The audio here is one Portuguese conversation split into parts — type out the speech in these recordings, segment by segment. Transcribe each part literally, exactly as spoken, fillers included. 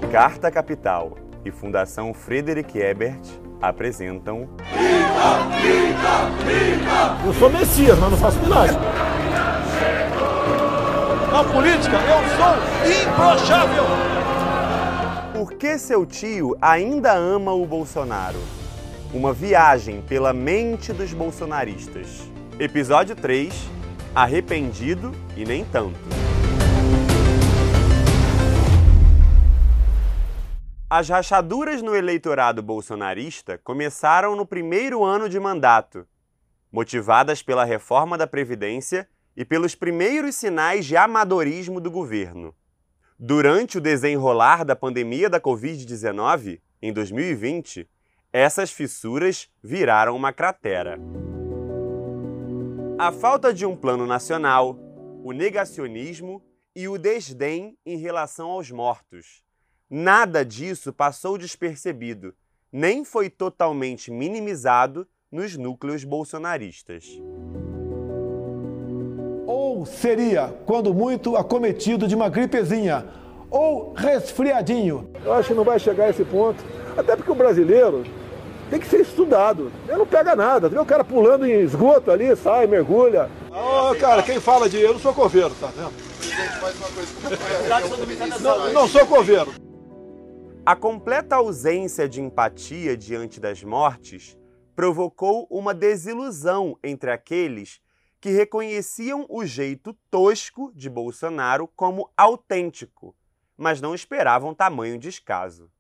Carta Capital e Fundação Friedrich Ebert apresentam... Viva, viva, viva! Eu sou Messias, mas não faço milagre. Na política, eu sou imbrochável! Por que seu tio ainda ama o Bolsonaro? Uma viagem pela mente dos bolsonaristas. Episódio três, Arrependido e nem tanto. As rachaduras no eleitorado bolsonarista começaram no primeiro ano de mandato, motivadas pela reforma da Previdência e pelos primeiros sinais de amadorismo do governo. Durante o desenrolar da pandemia da covid dezenove, em dois mil e vinte, essas fissuras viraram uma cratera. A falta de um plano nacional, o negacionismo e o desdém em relação aos mortos. Nada disso passou despercebido, nem foi totalmente minimizado nos núcleos bolsonaristas. Ou seria, quando muito, acometido de uma gripezinha, ou resfriadinho. Eu acho que não vai chegar a esse ponto, até porque o brasileiro tem que ser estudado. Ele não pega nada, vê o cara pulando em esgoto ali, sai, mergulha. Ô, oh, cara, quem fala de eu não sou coveiro, tá vendo? Não, não sou coveiro. A completa ausência de empatia diante das mortes provocou uma desilusão entre aqueles que reconheciam o jeito tosco de Bolsonaro como autêntico, mas não esperavam tamanho descaso.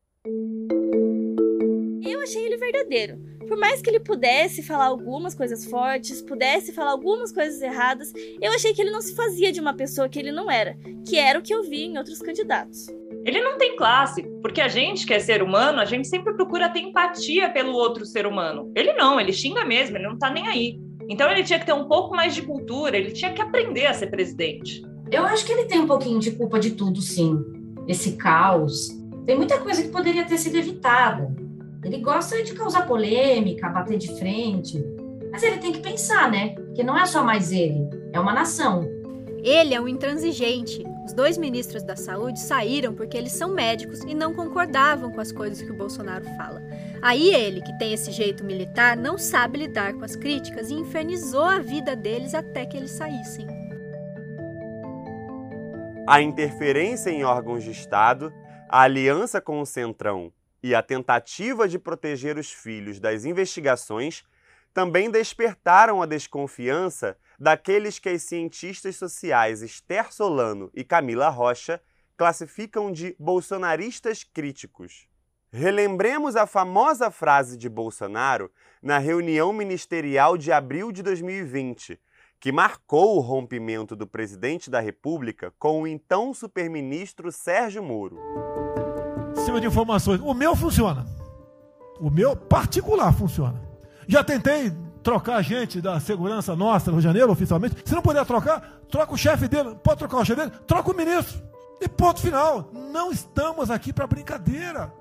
Eu achei ele verdadeiro. Por mais que ele pudesse falar algumas coisas fortes, pudesse falar algumas coisas erradas, eu achei que ele não se fazia de uma pessoa que ele não era, que era o que eu vi em outros candidatos. Ele não tem classe, porque a gente que é ser humano, a gente sempre procura ter empatia pelo outro ser humano. Ele não, ele xinga mesmo, ele não tá nem aí. Então ele tinha que ter um pouco mais de cultura, ele tinha que aprender a ser presidente. Eu acho que ele tem um pouquinho de culpa de tudo, sim. Esse caos. Tem muita coisa que poderia ter sido evitada. Ele gosta de causar polêmica, bater de frente. Mas ele tem que pensar, né? Que não é só mais ele, é uma nação. Ele é um intransigente. Os dois ministros da Saúde saíram porque eles são médicos e não concordavam com as coisas que o Bolsonaro fala. Aí ele, que tem esse jeito militar, não sabe lidar com as críticas e infernizou a vida deles até que eles saíssem. A interferência em órgãos de Estado, a aliança com o Centrão e a tentativa de proteger os filhos das investigações também despertaram a desconfiança daqueles que as cientistas sociais Esther Solano e Camila Rocha classificam de bolsonaristas críticos. Relembremos a famosa frase de Bolsonaro na reunião ministerial de abril de dois mil e vinte, que marcou o rompimento do presidente da República com o então superministro Sérgio Moro. Em cima de informações, o meu funciona. O meu particular funciona. Já tentei trocar a gente da segurança nossa no Rio de Janeiro, oficialmente. Se não puder trocar, troca o chefe dele. Pode trocar o chefe dele? Troca o ministro. E ponto final. Não estamos aqui para brincadeira.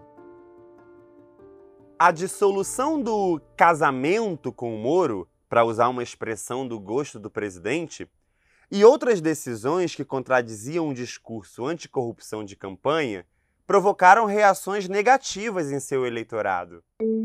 A dissolução do casamento com o Moro, para usar uma expressão do gosto do presidente, e outras decisões que contradiziam um discurso anticorrupção de campanha, provocaram reações negativas em seu eleitorado.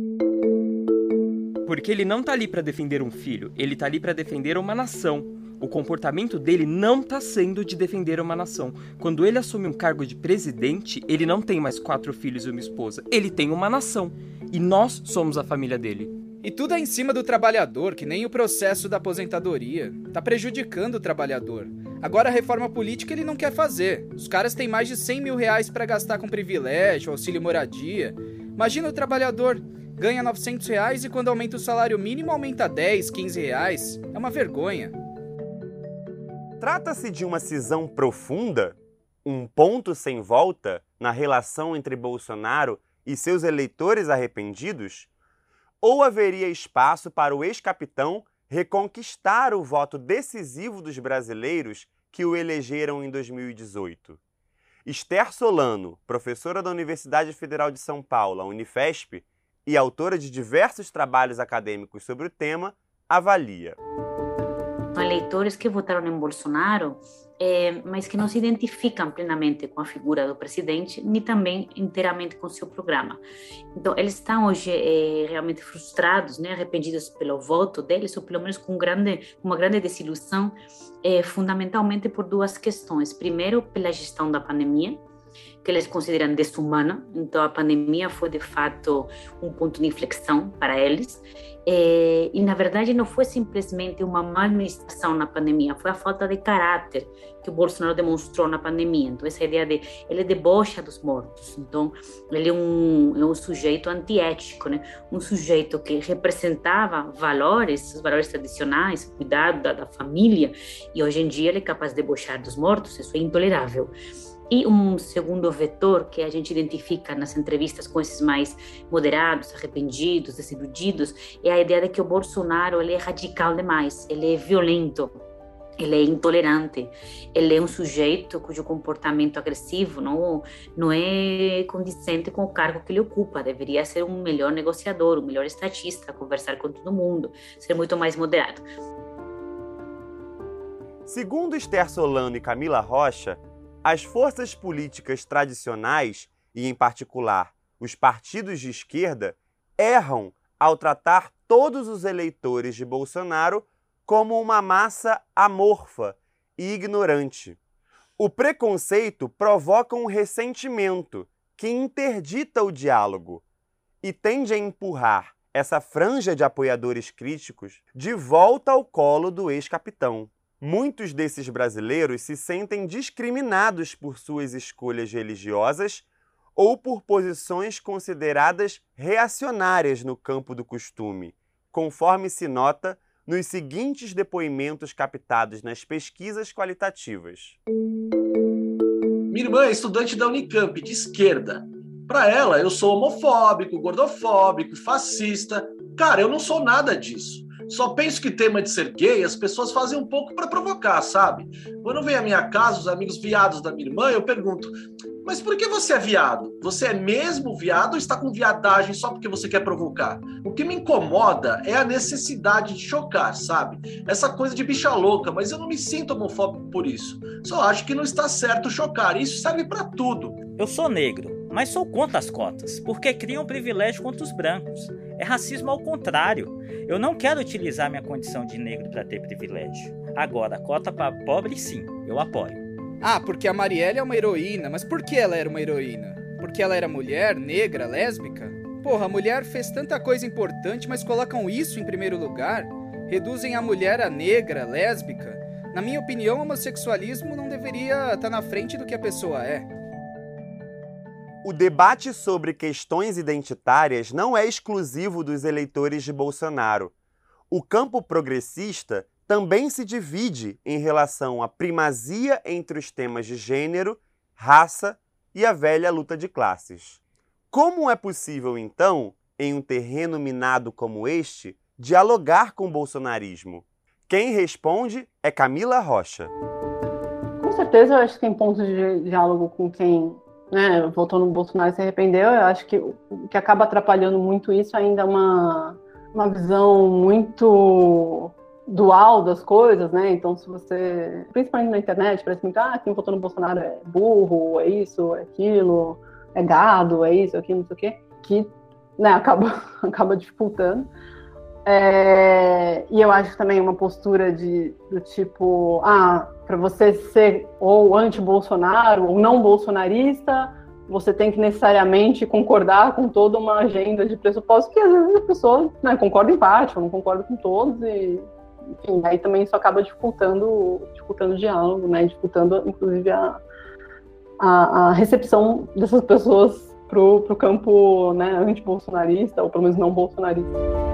Porque ele não tá ali para defender um filho, ele tá ali para defender uma nação. O comportamento dele não tá sendo de defender uma nação. Quando ele assume um cargo de presidente, ele não tem mais quatro filhos e uma esposa. Ele tem uma nação. E nós somos a família dele. E tudo é em cima do trabalhador, que nem o processo da aposentadoria. Tá prejudicando o trabalhador. Agora a reforma política ele não quer fazer. Os caras têm mais de cem mil reais para gastar com privilégio, auxílio moradia. Imagina o trabalhador... ganha novecentos reais e quando aumenta o salário mínimo aumenta dez, quinze reais. É uma vergonha. Trata-se de uma cisão profunda, um ponto sem volta na relação entre Bolsonaro e seus eleitores arrependidos? Ou haveria espaço para o ex-capitão reconquistar o voto decisivo dos brasileiros que o elegeram em dois mil e dezoito? Esther Solano, professora da Universidade Federal de São Paulo, a Unifesp, e autora de diversos trabalhos acadêmicos sobre o tema, avalia. Eleitores que votaram em Bolsonaro é, mas que não se identificam plenamente com a figura do presidente, nem também inteiramente com seu programa. Então, eles estão hoje é, realmente frustrados, né, arrependidos pelo voto deles, ou pelo menos com grande, uma grande desilusão, é, fundamentalmente por duas questões. Primeiro, pela gestão da pandemia, que eles consideram desumana. Então, a pandemia foi, de fato, um ponto de inflexão para eles. É, e, na verdade, não foi simplesmente uma má administração na pandemia, foi a falta de caráter que o Bolsonaro demonstrou na pandemia. Então, essa ideia de ele debocha dos mortos. Então, ele é um, é um sujeito antiético, né? Um sujeito que representava valores, os valores tradicionais, o cuidado da, da família, e hoje em dia ele é capaz de debochar dos mortos. Isso é intolerável. E um segundo vetor que a gente identifica nas entrevistas com esses mais moderados, arrependidos, desiludidos, é a ideia de que o Bolsonaro ele é radical demais, ele é violento, ele é intolerante, ele é um sujeito cujo comportamento agressivo não, não é condizente com o cargo que ele ocupa. Deveria ser um melhor negociador, um melhor estatista, conversar com todo mundo, ser muito mais moderado. Segundo Esther Solano e Camila Rocha, as forças políticas tradicionais, e em particular os partidos de esquerda, erram ao tratar todos os eleitores de Bolsonaro como uma massa amorfa e ignorante. O preconceito provoca um ressentimento que interdita o diálogo e tende a empurrar essa franja de apoiadores críticos de volta ao colo do ex-capitão. Muitos desses brasileiros se sentem discriminados por suas escolhas religiosas ou por posições consideradas reacionárias no campo do costume, conforme se nota nos seguintes depoimentos captados nas pesquisas qualitativas. Minha irmã é estudante da Unicamp, de esquerda. Para ela, eu sou homofóbico, gordofóbico, fascista. Cara, eu não sou nada disso. Só penso que tema de ser gay as pessoas fazem um pouco para provocar, sabe? Quando vem à minha casa os amigos viados da minha irmã, eu pergunto: mas por que você é viado? Você é mesmo viado ou está com viadagem só porque você quer provocar? O que me incomoda é a necessidade de chocar, sabe? Essa coisa de bicha louca, mas eu não me sinto homofóbico por isso. Só acho que não está certo chocar. Isso serve para tudo. Eu sou negro, mas sou contra as cotas, porque criam privilégio contra os brancos. É racismo ao contrário. Eu não quero utilizar minha condição de negro para ter privilégio. Agora, cota para pobre, sim, eu apoio. Ah, porque a Marielle é uma heroína. Mas por que ela era uma heroína? Porque ela era mulher, negra, lésbica? Porra, a mulher fez tanta coisa importante, mas colocam isso em primeiro lugar? Reduzem a mulher a negra, lésbica? Na minha opinião, o homossexualismo não deveria estar na frente do que a pessoa é. O debate sobre questões identitárias não é exclusivo dos eleitores de Bolsonaro. O campo progressista também se divide em relação à primazia entre os temas de gênero, raça e a velha luta de classes. Como é possível, então, em um terreno minado como este, dialogar com o bolsonarismo? Quem responde é Camila Rocha. Com certeza, eu acho que tem pontos de diálogo com quem, né, votou no Bolsonaro e se arrependeu. Eu acho que o que acaba atrapalhando muito isso ainda é uma, uma visão muito dual das coisas, né? Então, se você, principalmente na internet, parece muito, ah, quem votou no Bolsonaro é burro, é isso, é aquilo, é gado, é isso, é aquilo, não sei o quê, que, né, acaba, acaba dificultando. É, e eu acho também uma postura de, do tipo, ah, para você ser ou anti-Bolsonaro ou não bolsonarista, você tem que necessariamente concordar com toda uma agenda de pressupostos que às vezes as pessoas, né, concordam em parte, ou não concordam com todos, e enfim, aí também isso acaba dificultando, dificultando o diálogo, né, dificultando inclusive a, a, a recepção dessas pessoas pro, pro campo, né, anti-bolsonarista, ou pelo menos não bolsonarista.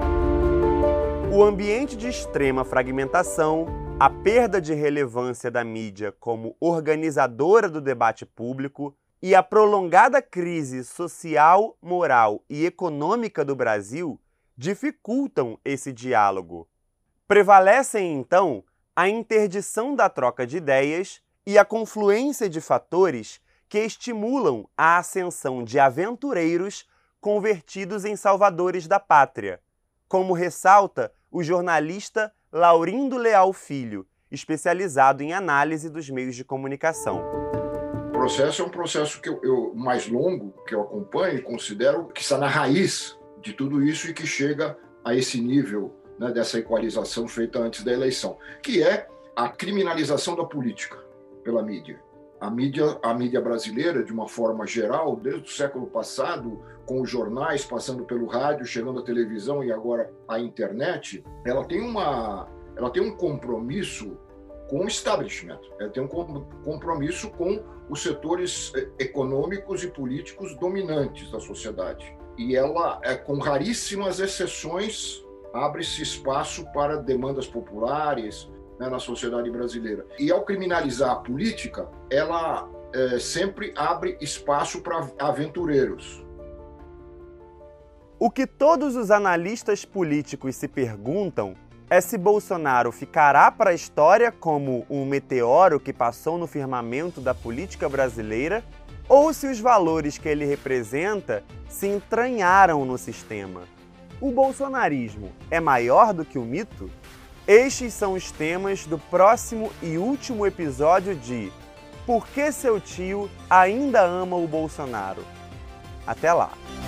O ambiente de extrema fragmentação, a perda de relevância da mídia como organizadora do debate público e a prolongada crise social, moral e econômica do Brasil dificultam esse diálogo. Prevalecem, então, a interdição da troca de ideias e a confluência de fatores que estimulam a ascensão de aventureiros convertidos em salvadores da pátria, como ressalta o jornalista Laurindo Leal Filho, especializado em análise dos meios de comunicação. O processo é um processo que eu, eu, mais longo, que eu acompanho e considero que está na raiz de tudo isso e que chega a esse nível, né, dessa equalização feita antes da eleição, que é a criminalização da política pela mídia. A mídia, a mídia brasileira, de uma forma geral, desde o século passado, com os jornais, passando pelo rádio, chegando à televisão e agora à internet, ela tem, uma, ela tem um compromisso com o establishment, ela tem um compromisso com os setores econômicos e políticos dominantes da sociedade. E ela, com raríssimas exceções, abre-se espaço para demandas populares, né, na sociedade brasileira. E ao criminalizar a política, ela é, sempre abre espaço para aventureiros. O que todos os analistas políticos se perguntam é se Bolsonaro ficará para a história como um meteoro que passou no firmamento da política brasileira ou se os valores que ele representa se entranharam no sistema. O bolsonarismo é maior do que o mito? Estes são os temas do próximo e último episódio de Por que seu tio ainda ama o Bolsonaro? Até lá!